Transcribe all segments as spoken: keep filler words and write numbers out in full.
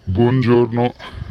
Buongiorno.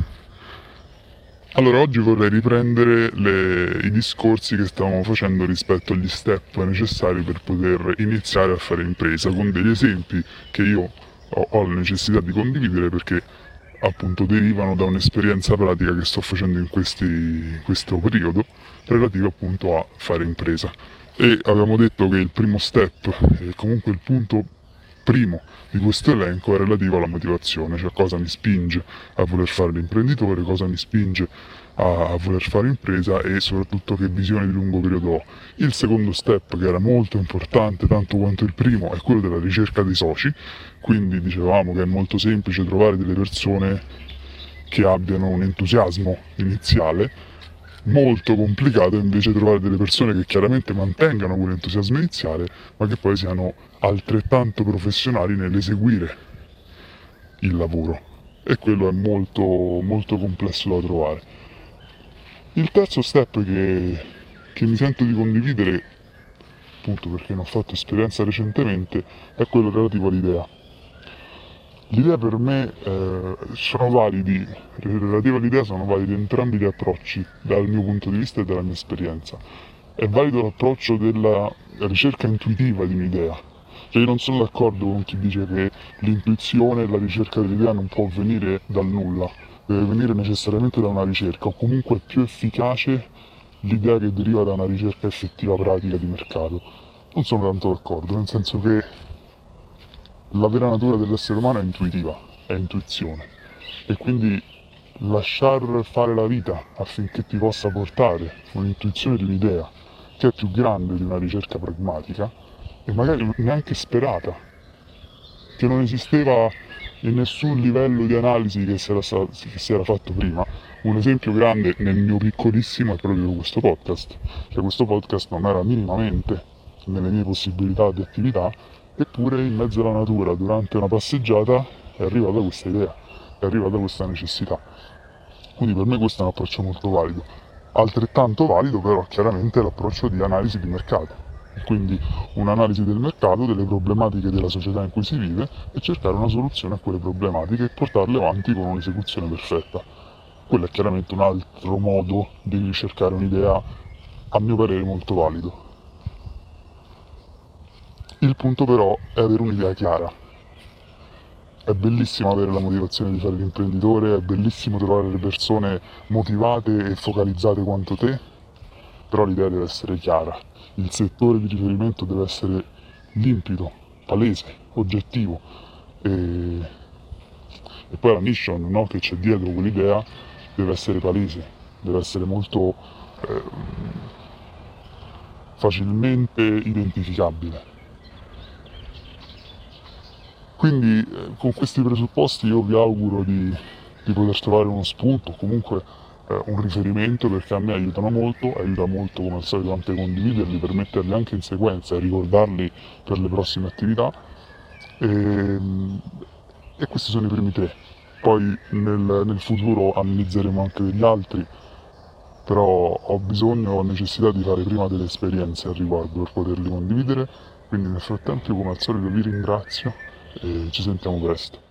Allora, oggi vorrei riprendere le- i discorsi che stavamo facendo rispetto agli step necessari per poter iniziare a fare impresa, con degli esempi che io ho, ho la necessità di condividere perché appunto derivano da un'esperienza pratica che sto facendo in, questi, in questo periodo relativo appunto a fare impresa. E avevamo detto che il primo step, e comunque il punto primo di questo elenco, è relativo alla motivazione, cioè cosa mi spinge a voler fare l'imprenditore, cosa mi spinge a, a voler fare impresa e soprattutto che visione di lungo periodo ho. Il secondo step, che era molto importante tanto quanto il primo, è quello della ricerca dei soci, quindi dicevamo che è molto semplice trovare delle persone che abbiano un entusiasmo iniziale, molto complicato invece trovare delle persone che chiaramente mantengano quell'entusiasmo iniziale, ma che poi siano altrettanto professionali nell'eseguire il lavoro. E quello è molto, molto complesso da trovare. Il terzo step che, che mi sento di condividere, appunto perché ne ho fatto esperienza recentemente, è quello relativo all'idea. L'idea per me eh, sono validi, relativa all'idea sono validi entrambi gli approcci dal mio punto di vista e dalla mia esperienza. È valido l'approccio della ricerca intuitiva di un'idea. Cioè io non sono d'accordo con chi dice che l'intuizione e la ricerca dell'idea non può venire dal nulla, deve venire necessariamente da una ricerca, o comunque è più efficace l'idea che deriva da una ricerca effettiva pratica di mercato. Non sono tanto d'accordo, nel senso che la vera natura dell'essere umano è intuitiva, è intuizione, e quindi lasciar fare la vita affinché ti possa portare un'intuizione di un'idea che è più grande di una ricerca pragmatica e magari neanche sperata, che non esisteva in nessun livello di analisi che si era, sta- che si era fatto prima. Un esempio grande nel mio piccolissimo è proprio questo podcast. Cioè questo podcast non era minimamente nelle mie possibilità di attività, eppure in mezzo alla natura, durante una passeggiata, è arrivata questa idea, è arrivata questa necessità. Quindi per me questo è un approccio molto valido. Altrettanto valido però chiaramente è l'approccio di analisi di mercato. Quindi un'analisi del mercato, delle problematiche della società in cui si vive e cercare una soluzione a quelle problematiche e portarle avanti con un'esecuzione perfetta. Quello è chiaramente un altro modo di ricercare un'idea, a mio parere, molto valido. Il punto però è avere un'idea chiara. È bellissimo avere la motivazione di fare l'imprenditore, è bellissimo trovare le persone motivate e focalizzate quanto te, però l'idea deve essere chiara. Il settore di riferimento deve essere limpido, palese, oggettivo e, e poi la mission, no, che c'è dietro quell'idea deve essere palese, deve essere molto eh, facilmente identificabile. Quindi eh, con questi presupposti io vi auguro di, di poter trovare uno spunto, comunque eh, un riferimento, perché a me aiutano molto, aiuta molto come al solito anche condividerli per metterli anche in sequenza e ricordarli per le prossime attività. E, e questi sono i primi tre. Poi nel, nel futuro analizzeremo anche degli altri, però ho bisogno, ho necessità di fare prima delle esperienze al riguardo per poterli condividere, quindi nel frattempo come al solito vi ringrazio e ci sentiamo presto.